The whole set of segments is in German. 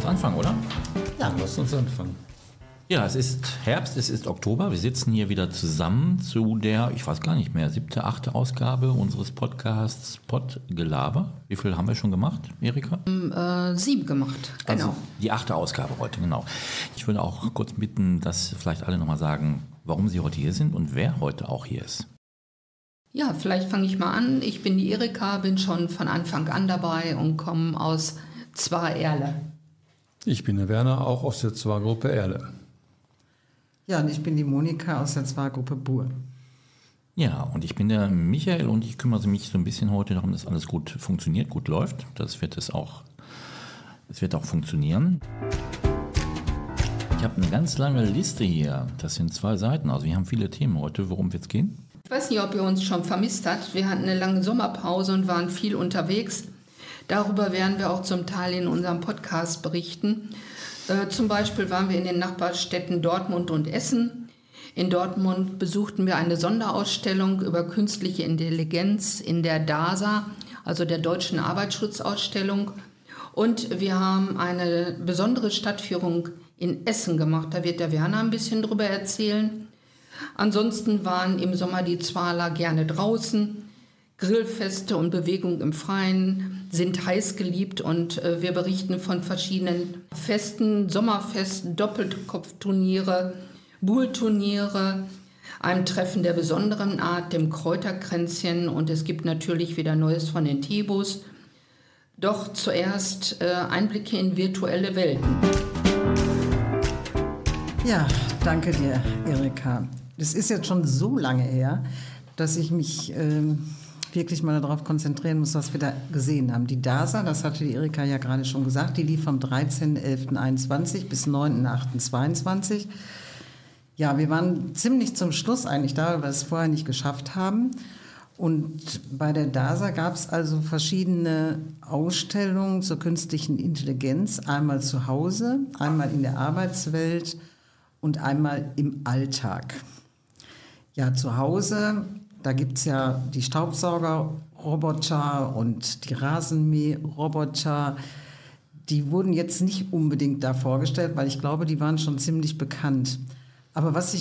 uns anfangen, oder? Ja, lass uns anfangen. Ja, es ist Herbst, es ist Oktober. Wir sitzen hier wieder zusammen zu der, ich weiß gar nicht mehr, 7., 8. Ausgabe unseres Podcasts Pottgelaber. Wie viel haben wir schon gemacht, Erika? 7 gemacht, genau. Also die 8. Ausgabe heute, genau. Ich würde auch kurz bitten, dass vielleicht alle nochmal sagen, warum Sie heute hier sind und wer heute auch hier ist. Ja, vielleicht fange ich mal an. Ich bin die Erika, bin schon von Anfang an dabei und komme aus Zwarer-Erle. Ich bin der Werner, auch aus der Zwargruppe Erle. Ja, und ich bin die Monika aus der Zwargruppe Buhr. Ja, und ich bin der Michael und ich kümmere mich so ein bisschen heute darum, dass alles gut funktioniert, gut läuft. Das wird auch funktionieren. Ich habe eine ganz lange Liste hier. Das sind 2 Seiten. Also wir haben viele Themen heute. Worum wird es gehen? Ich weiß nicht, ob ihr uns schon vermisst habt. Wir hatten eine lange Sommerpause und waren viel unterwegs. Darüber werden wir auch zum Teil in unserem Podcast berichten. Zum Beispiel waren wir in den Nachbarstädten Dortmund und Essen. In Dortmund besuchten wir eine Sonderausstellung über künstliche Intelligenz in der DASA, also der Deutschen Arbeitsschutzausstellung. Und wir haben eine besondere Stadtführung in Essen gemacht. Da wird der Werner ein bisschen drüber erzählen. Ansonsten waren im Sommer die Zwaler gerne draußen. Grillfeste und Bewegung im Freien sind heiß geliebt und wir berichten von verschiedenen Festen, Sommerfesten, Doppelkopfturniere, Buhlturniere, einem Treffen der besonderen Art, dem Kräuterkränzchen und es gibt natürlich wieder Neues von den Tebus. Doch zuerst Einblicke in virtuelle Welten. Ja, danke dir, Erika. Das ist jetzt schon so lange her, dass ich mich wirklich mal darauf konzentrieren muss, was wir da gesehen haben. Die DASA, das hatte die Erika ja gerade schon gesagt, die lief vom 13.11.21 bis 9.8.22. Ja, wir waren ziemlich zum Schluss eigentlich da, weil wir es vorher nicht geschafft haben. Und bei der DASA gab es also verschiedene Ausstellungen zur künstlichen Intelligenz. Einmal zu Hause, einmal in der Arbeitswelt und einmal im Alltag. Ja, zu Hause, da gibt es ja die Staubsaugerroboter und die Rasenmäherroboter. Die wurden jetzt nicht unbedingt da vorgestellt, weil ich glaube, die waren schon ziemlich bekannt. Aber was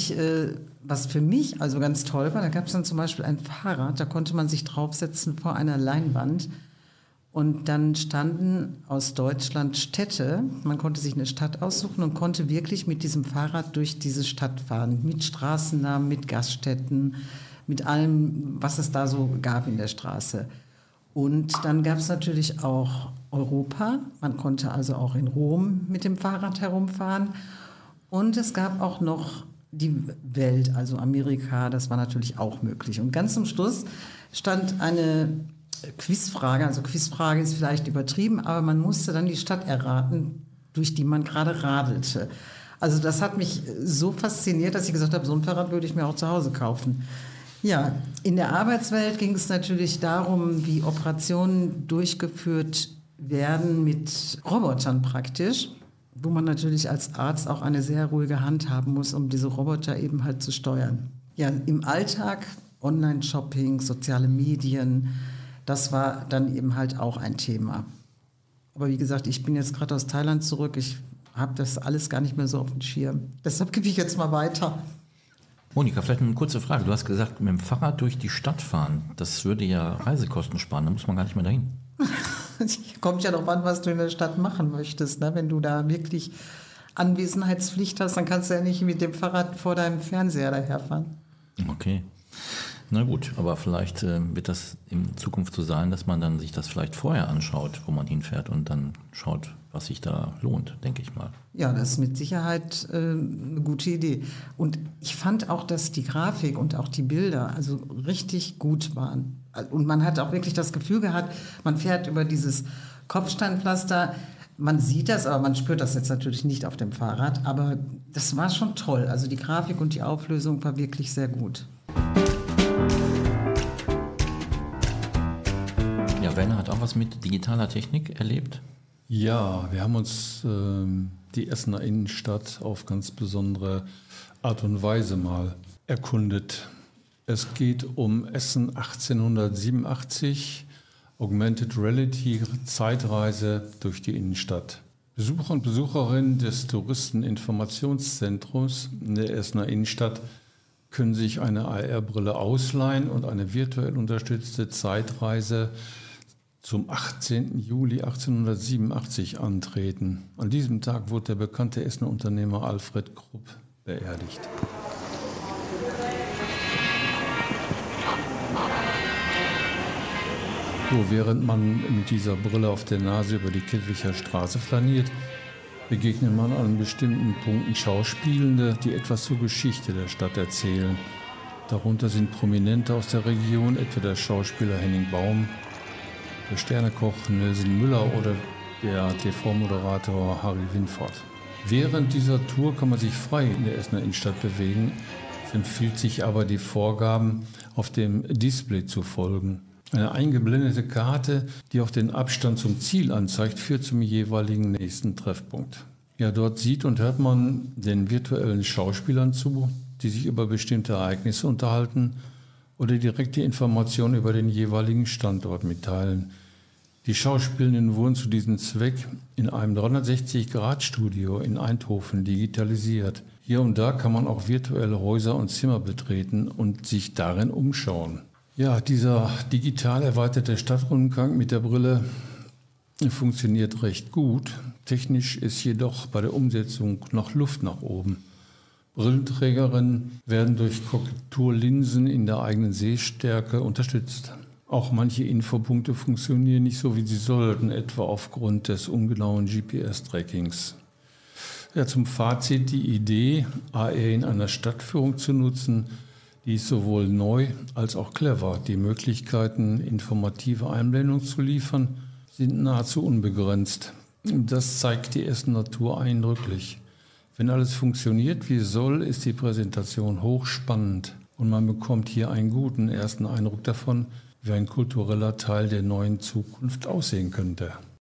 für mich also ganz toll war, da gab es dann zum Beispiel ein Fahrrad, da konnte man sich draufsetzen vor einer Leinwand. Und dann standen aus Deutschland Städte, man konnte sich eine Stadt aussuchen und konnte wirklich mit diesem Fahrrad durch diese Stadt fahren. Mit Straßennamen, mit Gaststätten, mit allem, was es da so gab in der Straße. Und dann gab es natürlich auch Europa. Man konnte also auch in Rom mit dem Fahrrad herumfahren. Und es gab auch noch die Welt, also Amerika, das war natürlich auch möglich. Und ganz zum Schluss stand eine Quizfrage, also Quizfrage ist vielleicht übertrieben, aber man musste dann die Stadt erraten, durch die man gerade radelte. Also das hat mich so fasziniert, dass ich gesagt habe, so ein Fahrrad würde ich mir auch zu Hause kaufen. Ja, in der Arbeitswelt ging es natürlich darum, wie Operationen durchgeführt werden mit Robotern praktisch, wo man natürlich als Arzt auch eine sehr ruhige Hand haben muss, um diese Roboter eben halt zu steuern. Ja, im Alltag Online-Shopping, soziale Medien, das war dann eben halt auch ein Thema. Aber wie gesagt, ich bin jetzt gerade aus Thailand zurück, ich habe das alles gar nicht mehr so auf dem Schirm. Deshalb gebe ich jetzt mal weiter. Monika, vielleicht eine kurze Frage. Du hast gesagt, mit dem Fahrrad durch die Stadt fahren, das würde ja Reisekosten sparen, da muss man gar nicht mehr dahin. Kommt ja darauf an, was du in der Stadt machen möchtest. Ne? Wenn du da wirklich Anwesenheitspflicht hast, dann kannst du ja nicht mit dem Fahrrad vor deinem Fernseher daherfahren. Okay. Na gut, aber vielleicht wird das in Zukunft so sein, dass man dann sich das vielleicht vorher anschaut, wo man hinfährt und dann schaut, was sich da lohnt, denke ich mal. Ja, das ist mit Sicherheit eine gute Idee. Und ich fand auch, dass die Grafik und auch die Bilder also richtig gut waren. Und man hat auch wirklich das Gefühl gehabt, man fährt über dieses Kopfsteinpflaster. Man sieht das, aber man spürt das jetzt natürlich nicht auf dem Fahrrad. Aber das war schon toll. Also die Grafik und die Auflösung war wirklich sehr gut. Ja, Werner hat auch was mit digitaler Technik erlebt. Ja, wir haben uns die Essener Innenstadt auf ganz besondere Art und Weise mal erkundet. Es geht um Essen 1887, Augmented Reality, Zeitreise durch die Innenstadt. Besucher und Besucherinnen des Touristeninformationszentrums in der Essener Innenstadt können sich eine AR-Brille ausleihen und eine virtuell unterstützte Zeitreise zum 18. Juli 1887 antreten. An diesem Tag wurde der bekannte Essener Unternehmer Alfred Krupp beerdigt. So, während man mit dieser Brille auf der Nase über die Kettwicher Straße flaniert, begegnet man an bestimmten Punkten Schauspielende, die etwas zur Geschichte der Stadt erzählen. Darunter sind Prominente aus der Region, etwa der Schauspieler Henning Baum, der Sternekoch Nelson Müller oder der TV-Moderator Harry Winfort. Während dieser Tour kann man sich frei in der Essener Innenstadt bewegen. Es empfiehlt sich aber, die Vorgaben auf dem Display zu folgen. Eine eingeblendete Karte, die auch den Abstand zum Ziel anzeigt, führt zum jeweiligen nächsten Treffpunkt. Ja, dort sieht und hört man den virtuellen Schauspielern zu, die sich über bestimmte Ereignisse unterhalten oder direkte Informationen über den jeweiligen Standort mitteilen. Die Schauspielenden wurden zu diesem Zweck in einem 360-Grad-Studio in Eindhoven digitalisiert. Hier und da kann man auch virtuelle Häuser und Zimmer betreten und sich darin umschauen. Ja, dieser digital erweiterte Stadtrundgang mit der Brille funktioniert recht gut. Technisch ist jedoch bei der Umsetzung noch Luft nach oben. Brillenträgerinnen werden durch Korrekturlinsen in der eigenen Sehstärke unterstützt. Auch manche Infopunkte funktionieren nicht so, wie sie sollten, etwa aufgrund des ungenauen GPS-Trackings. Ja, zum Fazit die Idee, AR in einer Stadtführung zu nutzen, die ist sowohl neu als auch clever. Die Möglichkeiten, informative Einblendungen zu liefern, sind nahezu unbegrenzt. Das zeigt die Essener Tour eindrücklich. Wenn alles funktioniert, wie es soll, ist die Präsentation hochspannend und man bekommt hier einen guten ersten Eindruck davon, wie ein kultureller Teil der neuen Zukunft aussehen könnte.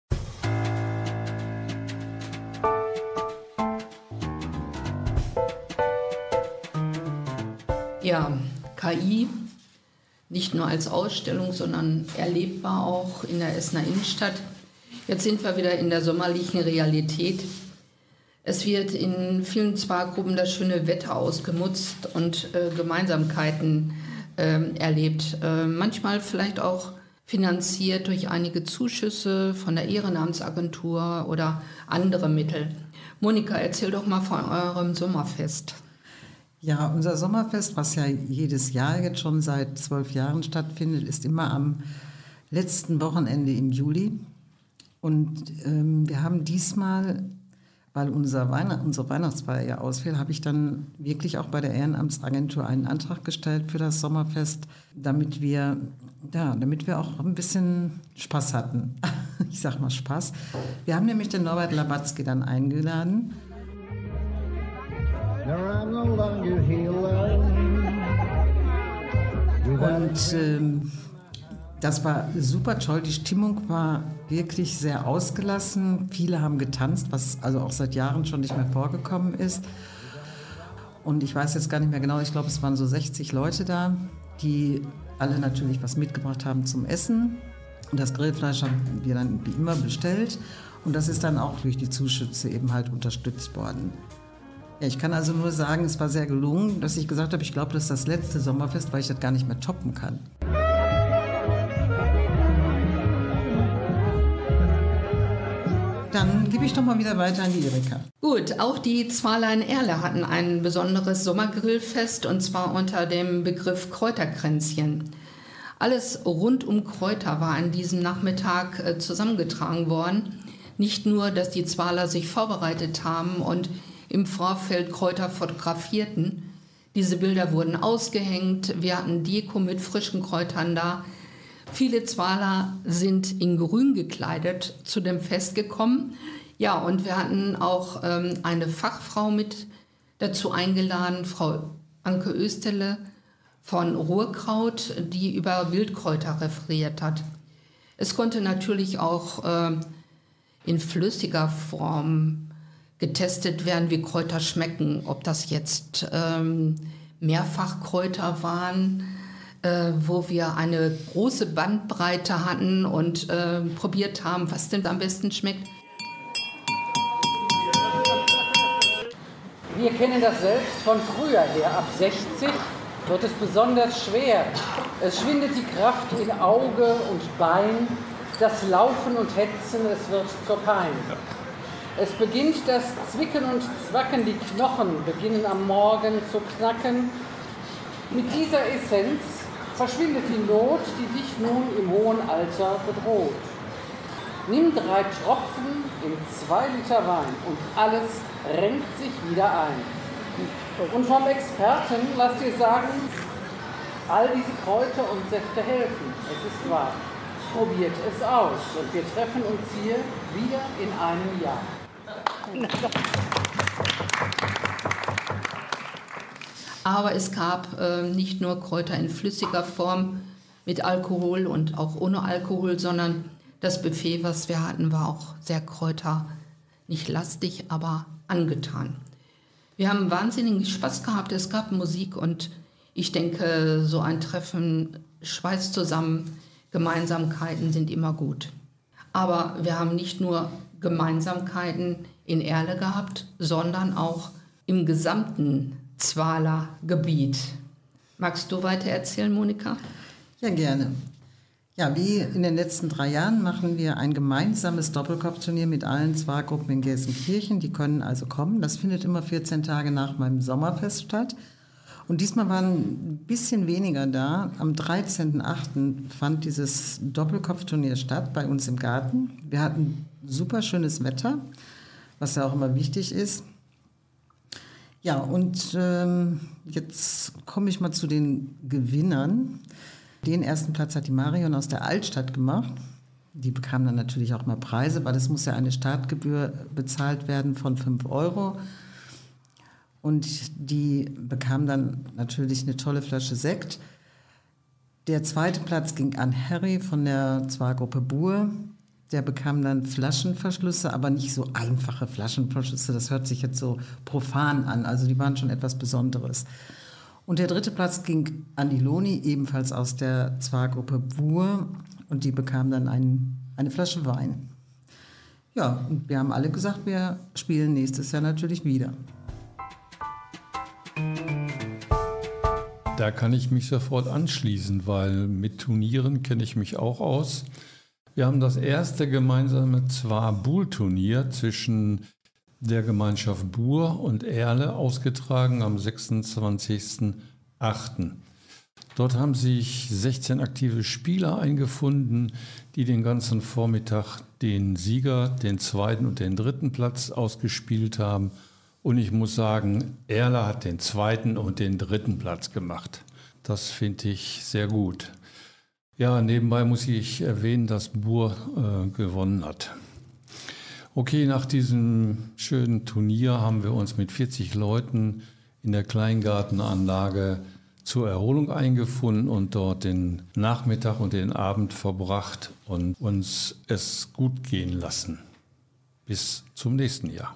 Ja, KI, nicht nur als Ausstellung, sondern erlebbar auch in der Essener Innenstadt. Jetzt sind wir wieder in der sommerlichen Realität. Es wird in vielen Spa-Gruppen das schöne Wetter ausgenutzt und Gemeinsamkeiten erlebt. Manchmal vielleicht auch finanziert durch einige Zuschüsse von der Ehrenamtsagentur oder andere Mittel. Monika, erzähl doch mal von eurem Sommerfest. Ja, unser Sommerfest, was ja jedes Jahr jetzt schon seit 12 Jahren stattfindet, ist immer am letzten Wochenende im Juli. Und wir haben diesmal, weil unsere Weihnachtsfeier ja ausfiel, habe ich dann wirklich auch bei der Ehrenamtsagentur einen Antrag gestellt für das Sommerfest, damit wir auch ein bisschen Spaß hatten. Ich sag mal Spaß. Wir haben nämlich den Norbert Labatzky dann eingeladen. Und das war super toll. Die Stimmung war wirklich sehr ausgelassen. Viele haben getanzt, was also auch seit Jahren schon nicht mehr vorgekommen ist. Und ich weiß jetzt gar nicht mehr genau, ich glaube, es waren so 60 Leute da, die alle natürlich was mitgebracht haben zum Essen. Und das Grillfleisch haben wir dann wie immer bestellt. Und das ist dann auch durch die Zuschüsse eben halt unterstützt worden. Ja, ich kann also nur sagen, es war sehr gelungen, dass ich gesagt habe, ich glaube, das ist das letzte Sommerfest, weil ich das gar nicht mehr toppen kann. Dann gebe ich doch mal wieder weiter an die Erika. Gut, auch die Zwaler in Erle hatten ein besonderes Sommergrillfest und zwar unter dem Begriff Kräuterkränzchen. Alles rund um Kräuter war an diesem Nachmittag zusammengetragen worden. Nicht nur, dass die Zwaler sich vorbereitet haben und im Vorfeld Kräuter fotografierten. Diese Bilder wurden ausgehängt, wir hatten Deko mit frischen Kräutern da. Viele Zwaler sind in grün gekleidet zu dem Fest gekommen. Ja, und wir hatten auch eine Fachfrau mit dazu eingeladen, Frau Anke Österle von Ruhrkraut, die über Wildkräuter referiert hat. Es konnte natürlich auch in flüssiger Form getestet werden, wie Kräuter schmecken, ob das jetzt Mehrfachkräuter waren, wo wir eine große Bandbreite hatten und probiert haben, was denn am besten schmeckt. Wir kennen das selbst von früher her. Ab 60 wird es besonders schwer. Es schwindet die Kraft in Auge und Bein. Das Laufen und Hetzen, es wird zur Pein. Es beginnt das Zwicken und Zwacken, die Knochen beginnen am Morgen zu knacken. Mit dieser Essenz verschwindet die Not, die dich nun im hohen Alter bedroht. Nimm 3 Tropfen in 2 Liter Wein und alles renkt sich wieder ein. Und vom Experten lass dir sagen, all diese Kräuter und Säfte helfen, es ist wahr. Probiert es aus und wir treffen uns hier wieder in einem Jahr. Aber es gab nicht nur Kräuter in flüssiger Form mit Alkohol und auch ohne Alkohol, sondern das Buffet, was wir hatten, war auch sehr kräuter, nicht lastig, aber angetan. Wir haben wahnsinnigen Spaß gehabt, es gab Musik und ich denke, so ein Treffen schweißt zusammen, Gemeinsamkeiten sind immer gut. Aber wir haben nicht nur Gemeinsamkeiten in Erle gehabt, sondern auch im gesamten Zwaler Gebiet. Magst du weiter erzählen, Monika? Ja, gerne. Ja, wie in den letzten 3 Jahren machen wir ein gemeinsames Doppelkopfturnier mit allen Zwargruppen in Gelsenkirchen. Die können also kommen. Das findet immer 14 Tage nach meinem Sommerfest statt. Und diesmal waren ein bisschen weniger da. Am 13.08. fand dieses Doppelkopfturnier statt bei uns im Garten. Wir hatten super schönes Wetter, was ja auch immer wichtig ist. Ja, und jetzt komme ich mal zu den Gewinnern. Den ersten Platz hat die Marion aus der Altstadt gemacht. Die bekam dann natürlich auch mal Preise, weil es muss ja eine Startgebühr bezahlt werden von 5 €. Und die bekam dann natürlich eine tolle Flasche Sekt. Der zweite Platz ging an Harry von der Zwargruppe Buhr. Der bekam dann Flaschenverschlüsse, aber nicht so einfache Flaschenverschlüsse. Das hört sich jetzt so profan an. Also die waren schon etwas Besonderes. Und der dritte Platz ging an die Loni, ebenfalls aus der Zwargruppe Buhr. Und die bekam dann eine Flasche Wein. Ja, und wir haben alle gesagt, wir spielen nächstes Jahr natürlich wieder. Da kann ich mich sofort anschließen, weil mit Turnieren kenne ich mich auch aus. Wir haben das erste gemeinsame Zwar-Buhl-Turnier zwischen der Gemeinschaft Buhr und Erle ausgetragen am 26.08. Dort haben sich 16 aktive Spieler eingefunden, die den ganzen Vormittag den Sieger, den zweiten und den dritten Platz ausgespielt haben. Und ich muss sagen, Erle hat den zweiten und den dritten Platz gemacht. Das finde ich sehr gut. Ja, nebenbei muss ich erwähnen, dass Buhr gewonnen hat. Okay, nach diesem schönen Turnier haben wir uns mit 40 Leuten in der Kleingartenanlage zur Erholung eingefunden und dort den Nachmittag und den Abend verbracht und uns es gut gehen lassen. Bis zum nächsten Jahr.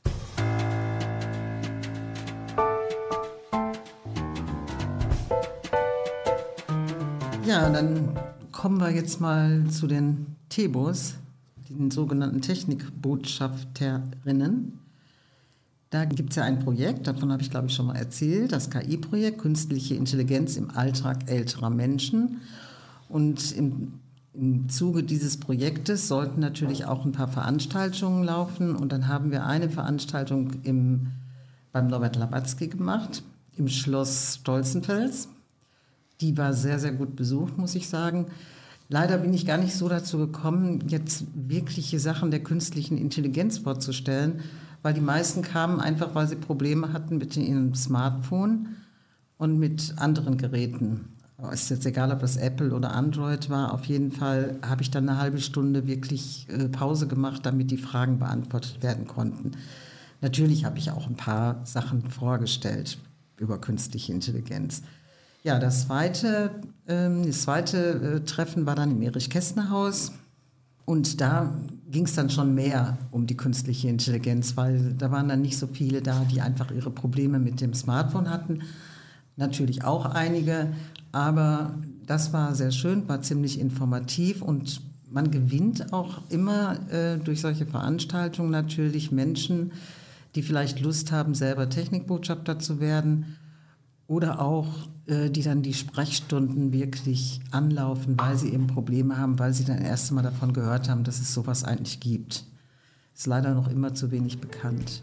Ja, dann kommen wir jetzt mal zu den TEBOs, den sogenannten Technikbotschafterinnen. Da gibt es ja ein Projekt, davon habe ich glaube ich schon mal erzählt, das KI-Projekt Künstliche Intelligenz im Alltag älterer Menschen. Und im Zuge dieses Projektes sollten natürlich auch ein paar Veranstaltungen laufen. Und dann haben wir eine Veranstaltung beim Norbert Labatzky gemacht, im Schloss Stolzenfels. Die war sehr, sehr gut besucht, muss ich sagen. Leider bin ich gar nicht so dazu gekommen, jetzt wirkliche Sachen der künstlichen Intelligenz vorzustellen, weil die meisten kamen einfach, weil sie Probleme hatten mit ihrem Smartphone und mit anderen Geräten. Es ist jetzt egal, ob das Apple oder Android war. Auf jeden Fall habe ich dann eine halbe Stunde wirklich Pause gemacht, damit die Fragen beantwortet werden konnten. Natürlich habe ich auch ein paar Sachen vorgestellt über künstliche Intelligenz. Ja, das zweite Treffen war dann im Erich-Kästner-Haus und da ging es dann schon mehr um die künstliche Intelligenz, weil da waren dann nicht so viele da, die einfach ihre Probleme mit dem Smartphone hatten. Natürlich auch einige, aber das war sehr schön, war ziemlich informativ und man gewinnt auch immer durch solche Veranstaltungen natürlich Menschen, die vielleicht Lust haben, selber Technikbotschafter zu werden oder auch, die dann die Sprechstunden wirklich anlaufen, weil sie eben Probleme haben, weil sie dann erst mal davon gehört haben, dass es sowas eigentlich gibt. Ist leider noch immer zu wenig bekannt.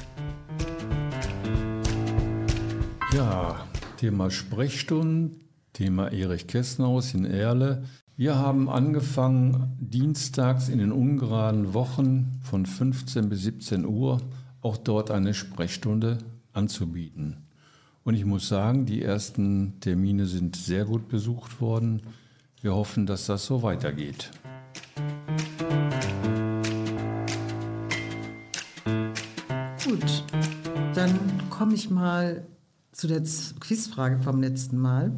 Ja, Thema Sprechstunden, Thema Erich Kästnerhaus in Erle. Wir haben angefangen, dienstags in den ungeraden Wochen von 15 bis 17 Uhr auch dort eine Sprechstunde anzubieten. Und ich muss sagen, die ersten Termine sind sehr gut besucht worden. Wir hoffen, dass das so weitergeht. Gut, dann komme ich mal zu der Quizfrage vom letzten Mal.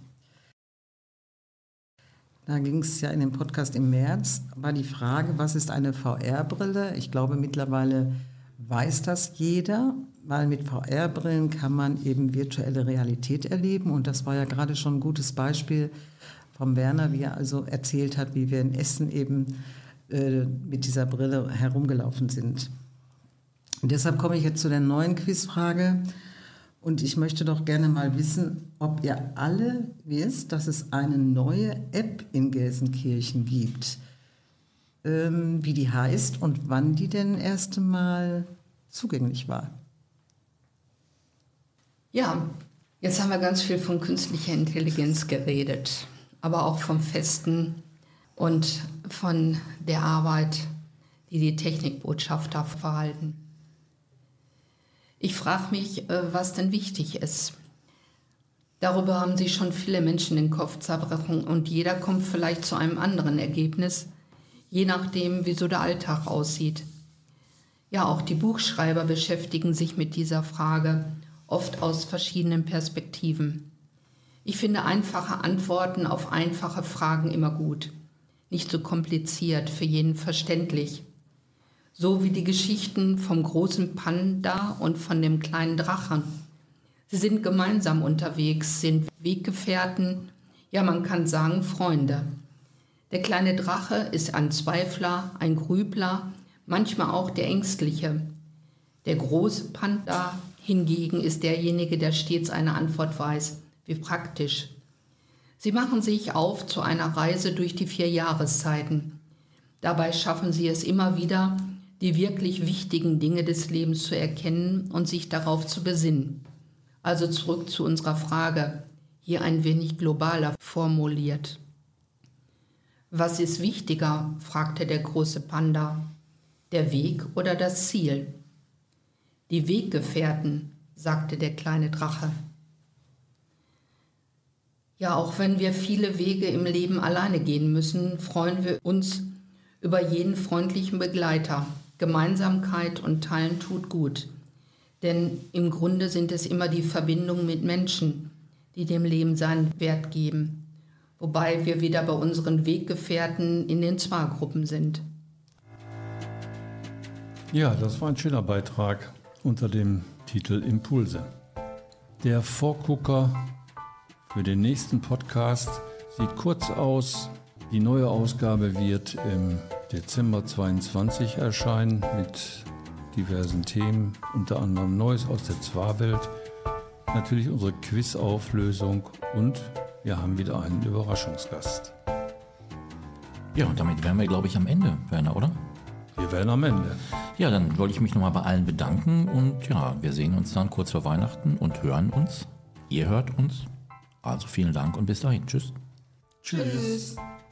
Da ging es ja in dem Podcast im März, war die Frage, was ist eine VR-Brille? Ich glaube, mittlerweile weiß das jeder, weil mit VR-Brillen kann man eben virtuelle Realität erleben. Und das war ja gerade schon ein gutes Beispiel vom Werner, wie er also erzählt hat, wie wir in Essen eben mit dieser Brille herumgelaufen sind. Und deshalb komme ich jetzt zu der neuen Quizfrage. Und ich möchte doch gerne mal wissen, ob ihr alle wisst, dass es eine neue App in Gelsenkirchen gibt. Wie die heißt und wann die denn erst einmal zugänglich war. Ja, jetzt haben wir ganz viel von künstlicher Intelligenz geredet, aber auch vom Festen und von der Arbeit, die die Technikbotschafter verhalten. Ich frage mich, was denn wichtig ist. Darüber haben sich schon viele Menschen den Kopf zerbrochen und jeder kommt vielleicht zu einem anderen Ergebnis, je nachdem, wie so der Alltag aussieht. Ja, auch die Buchschreiber beschäftigen sich mit dieser Frage, oft aus verschiedenen Perspektiven. Ich finde einfache Antworten auf einfache Fragen immer gut. Nicht so kompliziert, für jeden verständlich. So wie die Geschichten vom großen Panda und von dem kleinen Drachen. Sie sind gemeinsam unterwegs, sind Weggefährten, ja man kann sagen Freunde. Der kleine Drache ist ein Zweifler, ein Grübler, manchmal auch der Ängstliche. Der große Panda hingegen ist derjenige, der stets eine Antwort weiß. Wie praktisch. Sie machen sich auf zu einer Reise durch die 4 Jahreszeiten. Dabei schaffen sie es immer wieder, die wirklich wichtigen Dinge des Lebens zu erkennen und sich darauf zu besinnen. Also zurück zu unserer Frage, hier ein wenig globaler formuliert. Was ist wichtiger, fragte der große Panda, der Weg oder das Ziel? Die Weggefährten, sagte der kleine Drache. Ja, auch wenn wir viele Wege im Leben alleine gehen müssen, freuen wir uns über jeden freundlichen Begleiter. Gemeinsamkeit und Teilen tut gut. Denn im Grunde sind es immer die Verbindungen mit Menschen, die dem Leben seinen Wert geben. Wobei wir wieder bei unseren Weggefährten in den Zwargruppen sind. Ja, das war ein schöner Beitrag unter dem Titel Impulse. Der Vorgucker für den nächsten Podcast sieht kurz aus. Die neue Ausgabe wird im Dezember 22 erscheinen mit diversen Themen, unter anderem Neues aus der Zwarwelt, natürlich unsere Quizauflösung und wir haben wieder einen Überraschungsgast. Ja, und damit wären wir, glaube ich, am Ende, Werner, oder? Wir wären am Ende. Ja, dann wollte ich mich nochmal bei allen bedanken und ja, wir sehen uns dann kurz vor Weihnachten und hören uns. Ihr hört uns. Also vielen Dank und bis dahin. Tschüss. Tschüss.